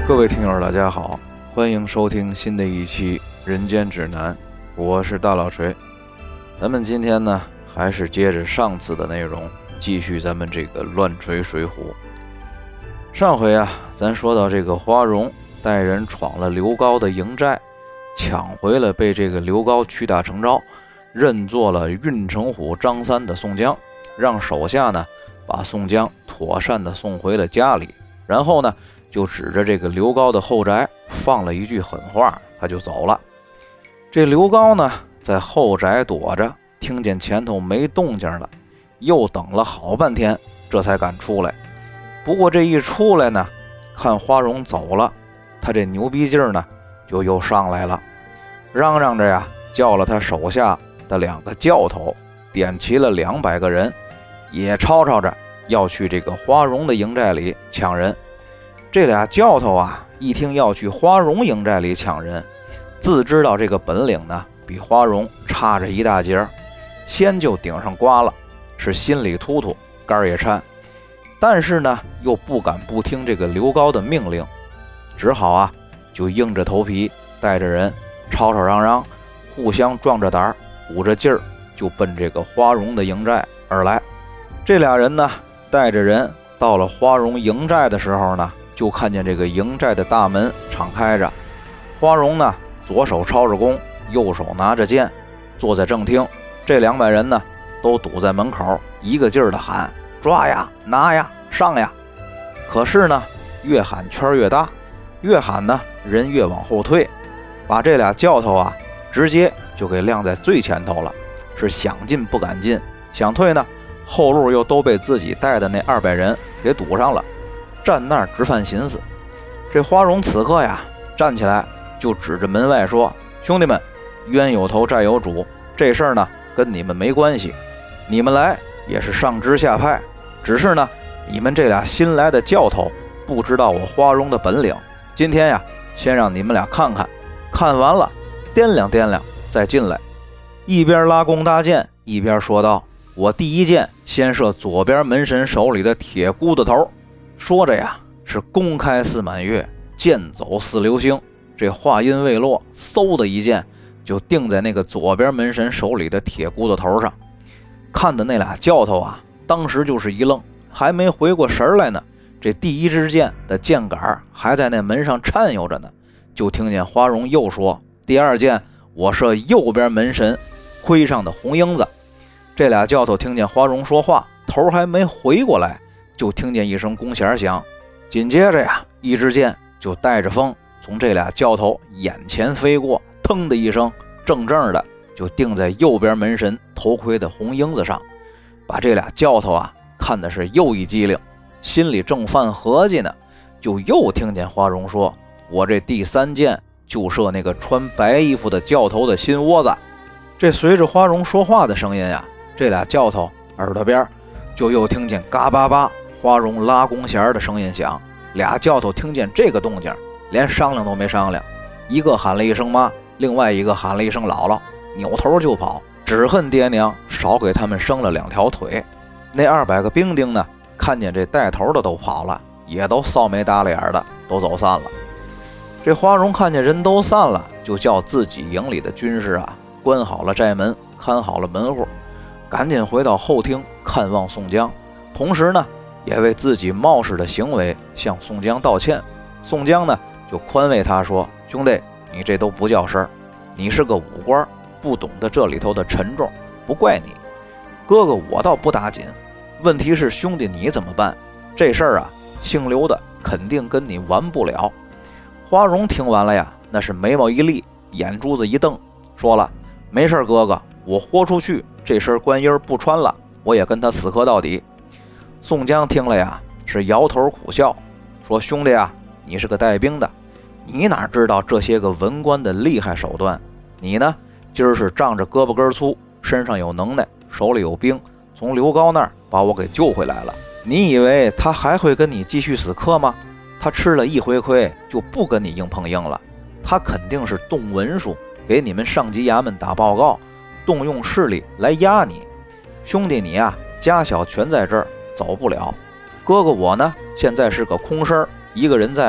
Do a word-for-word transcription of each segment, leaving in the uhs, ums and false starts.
各位听友大家好，欢迎收听新的一期人间指南，我是大老锤。咱们今天呢还是接着上次的内容，继续咱们这个乱锤水浒。上回啊咱说到这个花荣带人闯了刘高的营寨，抢回了被这个刘高屈打成招认作了运城虎张三的宋江，让手下呢把宋江妥善的送回了家里，然后呢就指着这个刘高的后宅放了一句狠话，他就走了。这刘高呢在后宅躲着，听见前头没动静了，又等了好半天这才敢出来。不过这一出来呢，看花荣走了，他这牛逼劲儿呢就又上来了，嚷嚷着呀叫了他手下的两个教头，点齐了两百个人，也吵吵着要去这个花荣的营寨里抢人。这俩教头啊一听要去花荣营寨里抢人，自知道这个本领呢比花荣差着一大截，先就顶上刮了，是心里突突，肝也颤，但是呢又不敢不听这个刘高的命令，只好啊就硬着头皮带着人吵吵嚷嚷，互相壮着胆鼓着劲儿，就奔这个花荣的营寨而来。这俩人呢带着人到了花荣营寨的时候呢，就看见这个营寨的大门敞开着，花荣呢左手抄着弓，右手拿着剑，坐在正厅。这两百人呢都堵在门口，一个劲儿的喊抓呀拿呀上呀。可是呢越喊圈越大，越喊呢人越往后退，把这俩教头啊直接就给晾在最前头了，是想进不敢进，想退呢后路又都被自己带的那二百人给堵上了，站那儿直犯心思。这花荣此刻呀站起来就指着门外说，兄弟们，冤有头债有主，这事儿呢跟你们没关系，你们来也是上支下派，只是呢你们这俩新来的教头不知道我花荣的本领，今天呀先让你们俩看看，看完了掂量掂量再进来。一边拉弓搭箭一边说道，我第一箭先射左边门神手里的铁箍子头。说着呀是弓开似满月，箭走似流星，这话音未落，嗖的一箭就定在那个左边门神手里的铁箍子头上。看的那俩教头啊当时就是一愣，还没回过神来呢，这第一支箭的箭杆还在那门上颤悠着呢，就听见花荣又说，第二箭我射右边门神盔上的红缨子。这俩教头听见花荣说话，头还没回过来，就听见一声弓弦响，紧接着呀一支箭就带着风从这俩教头眼前飞过，腾的一声正正的就定在右边门神头盔的红缨子上。把这俩教头啊看的是又一激灵，心里正犯合计呢，就又听见花荣说，我这第三箭就射那个穿白衣服的教头的心窝子。这随着花荣说话的声音啊，这俩教头耳朵边就又听见嘎巴巴花荣拉弓弦的声音响。俩教头听见这个动静，连商量都没商量，一个喊了一声妈，另外一个喊了一声姥姥，扭头就跑，只恨爹娘少给他们生了两条腿。那二百个兵丁呢看见这带头的都跑了，也都臊眉打脸的都走散了。这花荣看见人都散了，就叫自己营里的军士啊关好了寨门，看好了门户，赶紧回到后厅看望宋江，同时呢也为自己冒失的行为向宋江道歉。宋江呢就宽慰他说，兄弟，你这都不叫事儿，你是个武官，不懂得这里头的沉重，不怪你，哥哥我倒不打紧，问题是兄弟你怎么办？这事儿啊姓刘的肯定跟你完不了。花荣听完了呀，那是眉毛一立，眼珠子一瞪，说了，没事哥哥，我豁出去，这身官衣不穿了，我也跟他死磕到底。宋江听了呀是摇头苦笑，说，兄弟啊，你是个带兵的，你哪知道这些个文官的厉害手段，你呢今儿是仗着胳膊根粗，身上有能耐，手里有兵，从刘高那儿把我给救回来了，你以为他还会跟你继续死磕吗？他吃了一回亏就不跟你硬碰硬了，他肯定是动文书给你们上级衙门打报告，动用势力来压你。兄弟你啊家小全在这儿，走不了。哥哥我呢现在是个空身，一个人在外，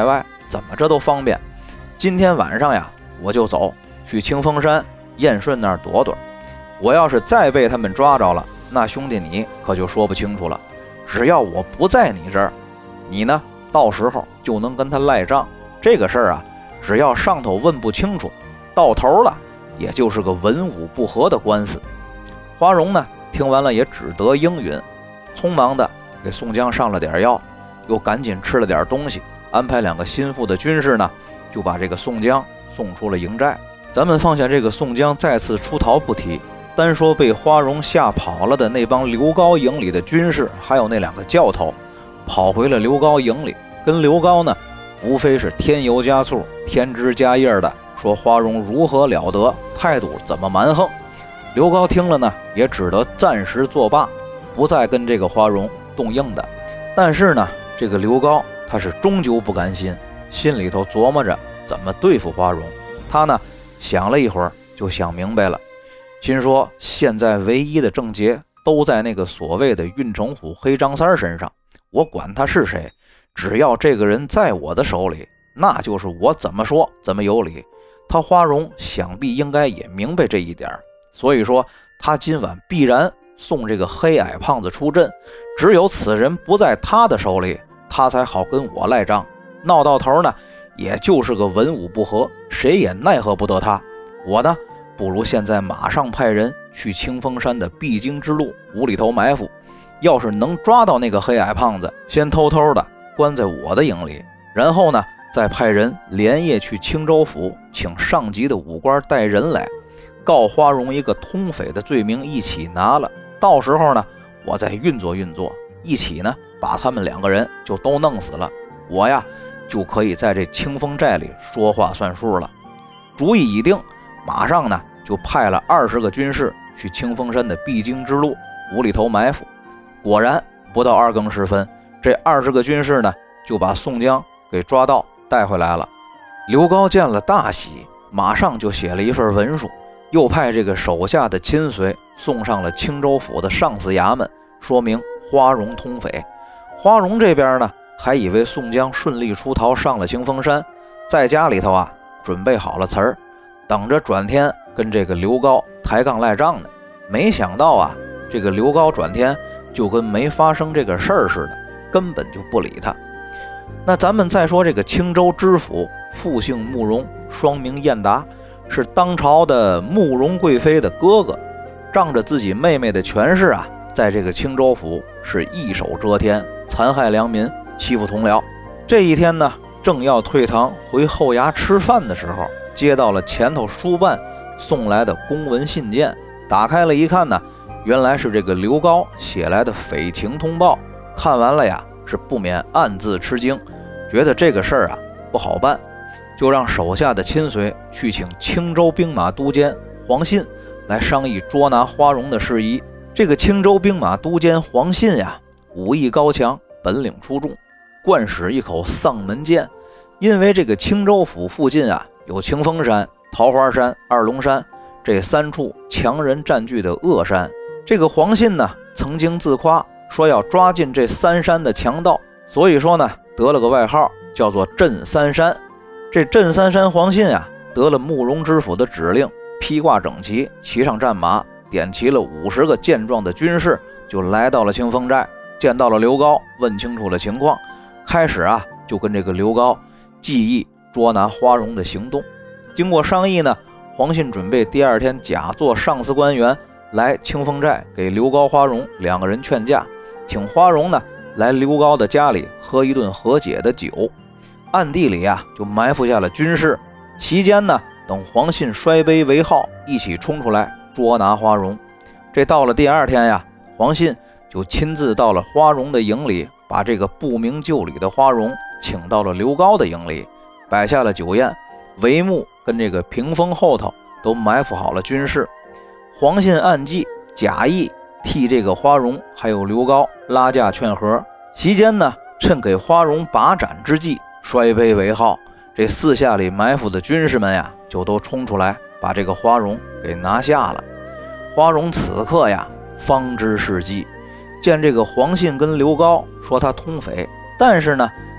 怎么着都方便。今天晚上呀，我就走去清风山燕顺那儿躲躲。我要是再被他们抓着了，那兄弟你可就说不清楚了。只要我不在你这儿，你呢到时候就能跟他赖账。这个事儿啊，只要上头问不清楚，到头了也就是个文武不和的官司。花荣呢听完了也只得应允，匆忙的给宋江上了点药，又赶紧吃了点东西，安排两个心腹的军士呢，就把这个宋江送出了营寨。咱们放下这个宋江再次出逃不提，单说被花荣吓跑了的那帮刘高营里的军士，还有那两个教头，跑回了刘高营里，跟刘高呢无非是添油加醋、添枝加叶的说花荣如何了得，态度怎么蛮横。刘高听了呢，也只得暂时作罢，不再跟这个花荣动硬的。但是呢，这个刘高他是终究不甘心，心里头琢磨着怎么对付花荣。他呢想了一会儿，就想明白了，心说现在唯一的症结都在那个所谓的运城虎黑张三身上，我管他是谁，只要这个人在我的手里，那就是我怎么说怎么有理。他花荣想必应该也明白这一点，所以说他今晚必然送这个黑矮胖子出阵，只有此人不在他的手里，他才好跟我赖账。闹到头呢，也就是个文武不和，谁也奈何不得他。我呢不如现在马上派人去清风山的必经之路无厘头埋伏，要是能抓到那个黑矮胖子，先偷偷的关在我的营里，然后呢再派人连夜去青州府，请上级的武官带人来，告花荣一个通匪的罪名一起拿了。到时候呢我再运作运作，一起呢把他们两个人就都弄死了，我呀就可以在这清风寨里说话算数了。主意已定，马上呢就派了二十个军士去清风山的必经之路无厘头埋伏。果然不到二更时分，这二十个军士呢就把宋江给抓到带回来了。刘高见了大喜，马上就写了一份文书，又派这个手下的亲随送上了青州府的上司衙门，说明花荣通匪。花荣这边呢还以为宋江顺利出逃上了清风山，在家里头啊准备好了词儿，等着转天跟这个刘高抬杠赖账呢。没想到啊，这个刘高转天就跟没发生这个事儿似的，根本就不理他。那咱们再说这个青州知府，父姓慕容，双名彦达，是当朝的慕容贵妃的哥哥，仗着自己妹妹的权势啊，在这个青州府是一手遮天，残害良民，欺负同僚。这一天呢，正要退堂回后衙吃饭的时候，接到了前头书办送来的公文信件，打开了一看呢，原来是这个刘高写来的匪情通报。看完了呀，是不免暗自吃惊，觉得这个事儿啊不好办，就让手下的亲随去请青州兵马都监黄信来商议捉拿花荣的事宜。这个青州兵马都监黄信呀，武艺高强，本领出众，惯使一口丧门剑。因为这个青州府附近啊有清风山、桃花山、二龙山这三处强人占据的恶山，这个黄信呢曾经自夸说要抓进这三山的强盗，所以说呢得了个外号叫做镇三山。这镇三山黄信啊得了慕容知府的指令，披挂整齐，骑上战马，点齐了五十个健壮的军士，就来到了清风寨，见到了刘高，问清楚了情况，开始啊就跟这个刘高计议捉拿花荣的行动。经过商议呢，黄信准备第二天假作上司官员来清风寨给刘高、花荣两个人劝架，请花荣呢来刘高的家里喝一顿和解的酒。暗地里啊就埋伏下了军士，席间呢等黄信摔杯为号，一起冲出来捉拿花荣。这到了第二天呀，黄信就亲自到了花荣的营里，把这个不明就里的花荣请到了刘高的营里，摆下了酒宴，帷幕跟这个屏风后头都埋伏好了军士。黄信暗计，假意替这个花荣还有刘高拉架劝和，席间呢趁给花荣把斩之际摔杯为号，这四下里埋伏的军士们呀就都冲出来把这个花荣给拿下了。花荣此刻呀方知是计，见这个黄信跟刘高说他通匪，但是呢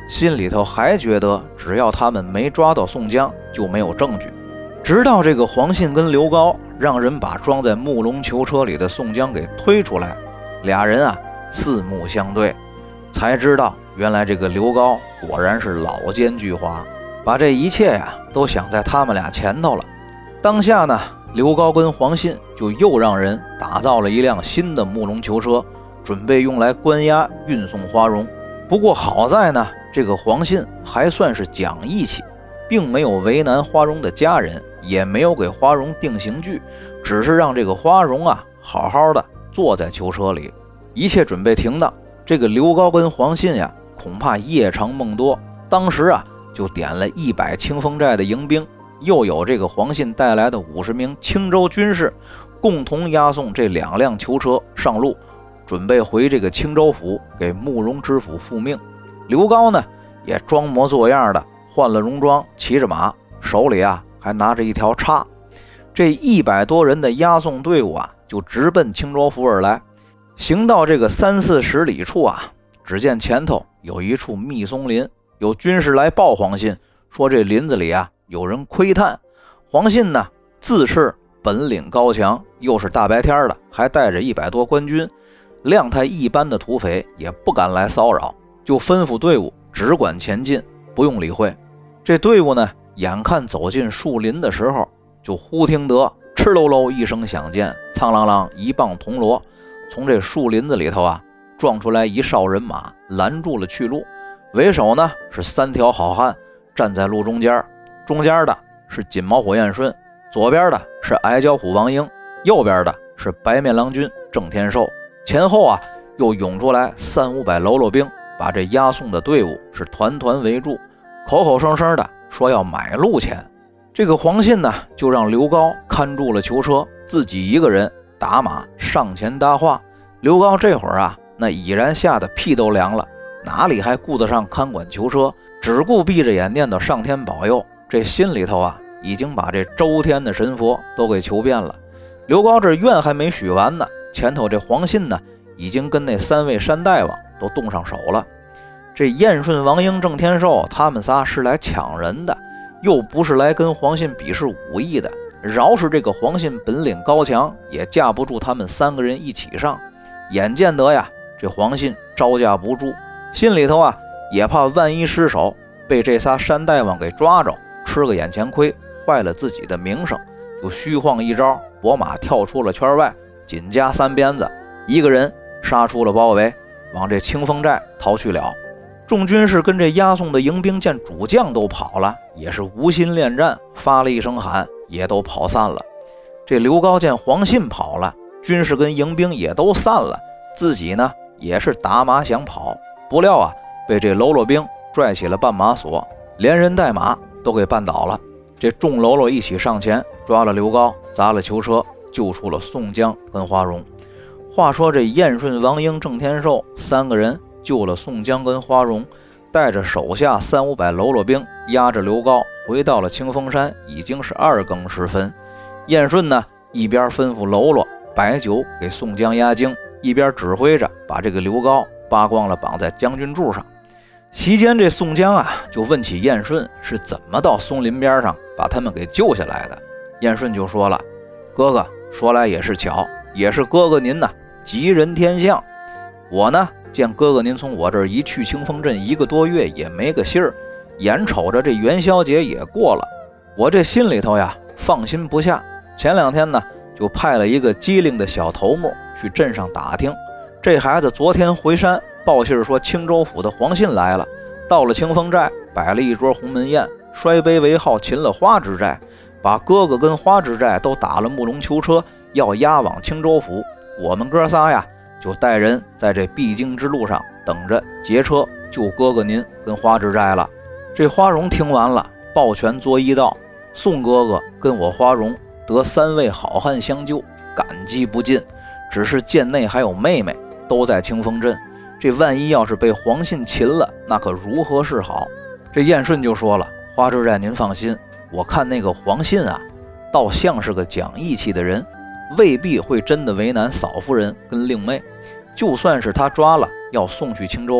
心里头还觉得只要他们没抓到宋江就没有证据。直到这个黄信跟刘高让人把装在木龙囚车里的宋江给推出来，俩人啊四目相对，才知道原来这个刘高果然是老奸巨猾，把这一切呀都想在他们俩前头了。当下呢，刘高跟黄信就又让人打造了一辆新的木龙囚车，准备用来关押运送花荣。不过好在呢，这个黄信还算是讲义气，并没有为难花荣的家人，也没有给花荣定刑具，只是让这个花荣啊好好的坐在囚车里。一切准备停当，这个刘高跟黄信呀恐怕夜长梦多，当时啊就点了一百清风寨的迎兵，又有这个黄信带来的五十名青州军士，共同押送这两辆囚车上路，准备回这个青州府给慕容知府复命。刘高呢也装模作样的换了戎装，骑着马，手里啊还拿着一条叉。这一百多人的押送队伍啊就直奔青州府而来。行到这个三四十里处啊，只见前头有一处密松林，有军士来报黄信说这林子里啊有人窥探。黄信呢自恃本领高强，又是大白天的，还带着一百多官军，谅他一般的土匪也不敢来骚扰，就吩咐队伍只管前进，不用理会。这队伍呢眼看走进树林的时候，就忽听得哧喽喽一声响箭，苍啷啷一棒铜锣，从这树林子里头啊撞出来一哨人马，拦住了去路。为首呢是三条好汉站在路中间，中间的是金毛火焰顺，左边的是矮脚虎王英，右边的是白面郎君郑天寿。前后啊又涌出来三五百喽啰兵，把这押送的队伍是团团围住，口口声声的说要买路钱。这个黄信呢就让刘高看住了囚车，自己一个人打马上前搭话。刘高这会儿啊那已然吓得屁都凉了，哪里还顾得上看管囚车，只顾闭着眼念叨上天保佑。这心里头啊已经把这周天的神佛都给求遍了。刘高这愿还没许完呢，前头这黄信呢已经跟那三位山大王都动上手了。这燕顺、王英、郑天寿他们仨是来抢人的，又不是来跟黄信比试武艺的。饶是这个黄信本领高强，也架不住他们三个人一起上。眼见得呀这黄信招架不住，心里头啊也怕万一失手被这仨山大王给抓着，吃个眼前亏，坏了自己的名声，就虚晃一招，拨马跳出了圈外，紧加三鞭子，一个人杀出了包围，往这清风寨逃去了。众军士跟这押送的迎兵见主将都跑了，也是无心恋战，发了一声喊，也都跑散了。这刘高见黄信跑了，军士跟迎兵也都散了，自己呢也是打马想跑，不料啊被这喽啰兵拽起了绊马索，连人带马都给绊倒了。这众喽啰一起上前抓了刘高，砸了囚车，救出了宋江跟花荣。话说这燕顺、王英、郑天寿三个人救了宋江跟花荣，带着手下三五百喽啰兵，押着刘高回到了清风山，已经是二更时分。燕顺呢一边吩咐喽啰摆酒给宋江压惊，一边指挥着把这个刘高扒光了绑在将军柱上。席间这宋江啊就问起燕顺是怎么到松林边上把他们给救下来的。燕顺就说了，哥哥说来也是巧，也是哥哥您呢吉人天相。我呢见哥哥您从我这儿一去清风镇一个多月也没个信儿，眼瞅着这元宵节也过了，我这心里头呀放心不下。前两天呢就派了一个机灵的小头目去镇上打听，这孩子昨天回山报信说青州府的黄信来了，到了清风寨摆了一桌鸿门宴，摔杯为号擒了花之寨，把哥哥跟花之寨都打了木龙囚车，要押往青州府。我们哥仨呀就带人在这必经之路上等着劫车救哥哥您跟花之寨了。这花荣听完了，抱拳作揖道，宋哥哥跟我花荣得三位好汉相救，感激不尽。只是贱内还有妹妹都在清风镇，这万一要是被黄信擒了，那可如何是好？这燕顺就说了，花之寨您放心，我看那个黄信啊倒像是个讲义气的人，未必会真的为难嫂夫人跟令妹。就算是他抓了要送去青州府，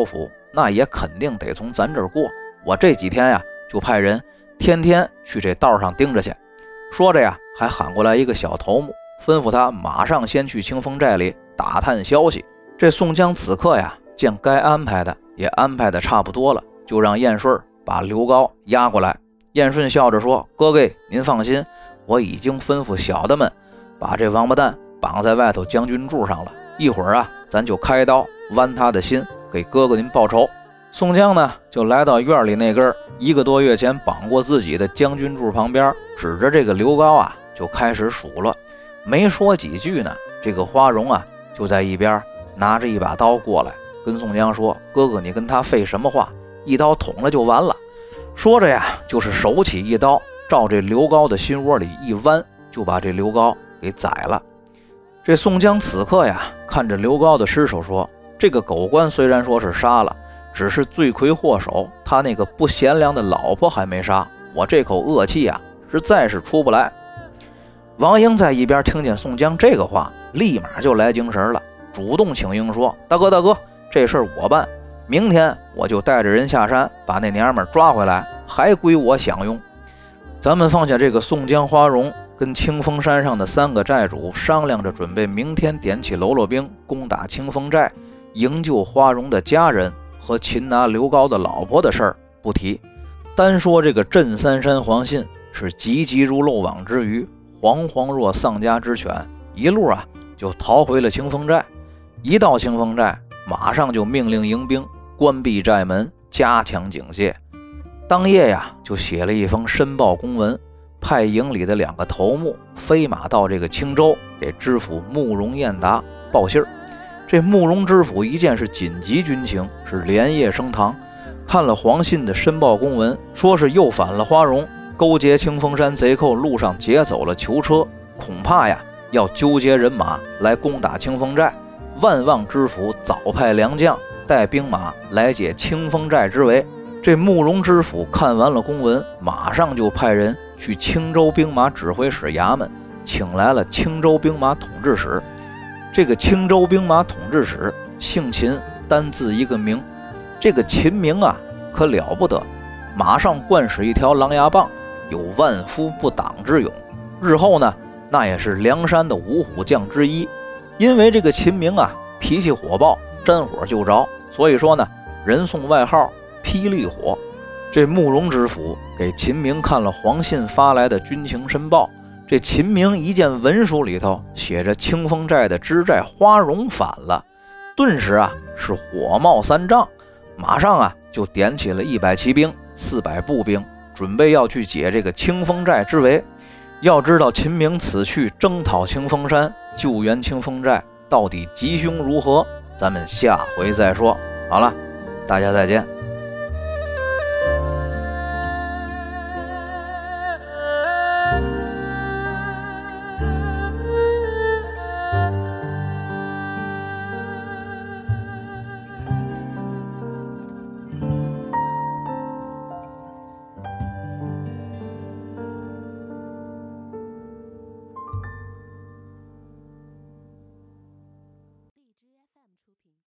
那也肯定得从咱这儿过。我这几天呀，就派人天天去这道上盯着去。说着呀，还喊过来一个小头目，吩咐他马上先去清风寨里打探消息。这宋江此刻呀，见该安排的也安排的差不多了，就让燕顺把刘高押过来。燕顺笑着说：“哥哥，您放心，我已经吩咐小的们把这王八蛋绑在外头将军柱上了，一会儿啊，咱就开刀剜他的心，给哥哥您报仇。”宋江呢，就来到院里那根一个多月前绑过自己的将军柱旁边，指着这个刘高啊，就开始数落。没说几句呢，这个花荣啊，就在一边拿着一把刀过来，跟宋江说：“哥哥，你跟他废什么话？一刀捅了就完了。”说着呀，就是手起一刀，照这刘高的心窝里一剜，就把这刘高给宰了。这宋江此刻呀，看着刘高的尸首说：“这个狗官虽然说是杀了，只是罪魁祸首，他那个不贤良的老婆还没杀，我这口恶气啊，实在是出不来。”王英在一边听见宋江这个话，立马就来精神了，主动请缨说：“大哥大哥，这事儿我办，明天我就带着人下山把那娘们抓回来，还归我享用。”咱们放下这个宋江、花荣，跟清风山上的三个寨主商量着准备明天点起喽啰兵攻打清风寨，营救花荣的家人和擒拿刘高的老婆的事儿不提，单说这个镇三山黄信是急急如漏网之鱼，惶惶若丧家之犬，一路啊就逃回了清风寨。一到清风寨，马上就命令营兵关闭寨门，加强警戒。当夜呀，就写了一封申报公文，派营里的两个头目飞马到这个青州，给知府慕容彦达报信儿。这慕容知府一见是紧急军情，是连夜升堂，看了黄信的申报公文，说是又反了花荣，勾结清风山贼寇，路上劫走了囚车，恐怕呀要纠结人马来攻打清风寨，万望知府早派良将带兵马来解清风寨之围。这慕容知府看完了公文，马上就派人去青州兵马指挥使衙门，请来了青州兵马统制使。这个青州兵马统制使姓秦，单字一个明。这个秦明啊，可了不得，马上惯使一条狼牙棒，有万夫不挡之勇。日后呢，那也是梁山的五虎将之一。因为这个秦明啊，脾气火爆，沾火就着，所以说呢，人送外号霹雳火。这慕容知府给秦明看了黄信发来的军情申报，这秦明一见文书里头写着清风寨的知寨花荣反了，顿时啊是火冒三丈，马上啊就点起了一百骑兵、四百步兵，准备要去解这个清风寨之围。要知道秦明此去征讨清风山，救援清风寨，到底吉凶如何，咱们下回再说。好了，大家再见。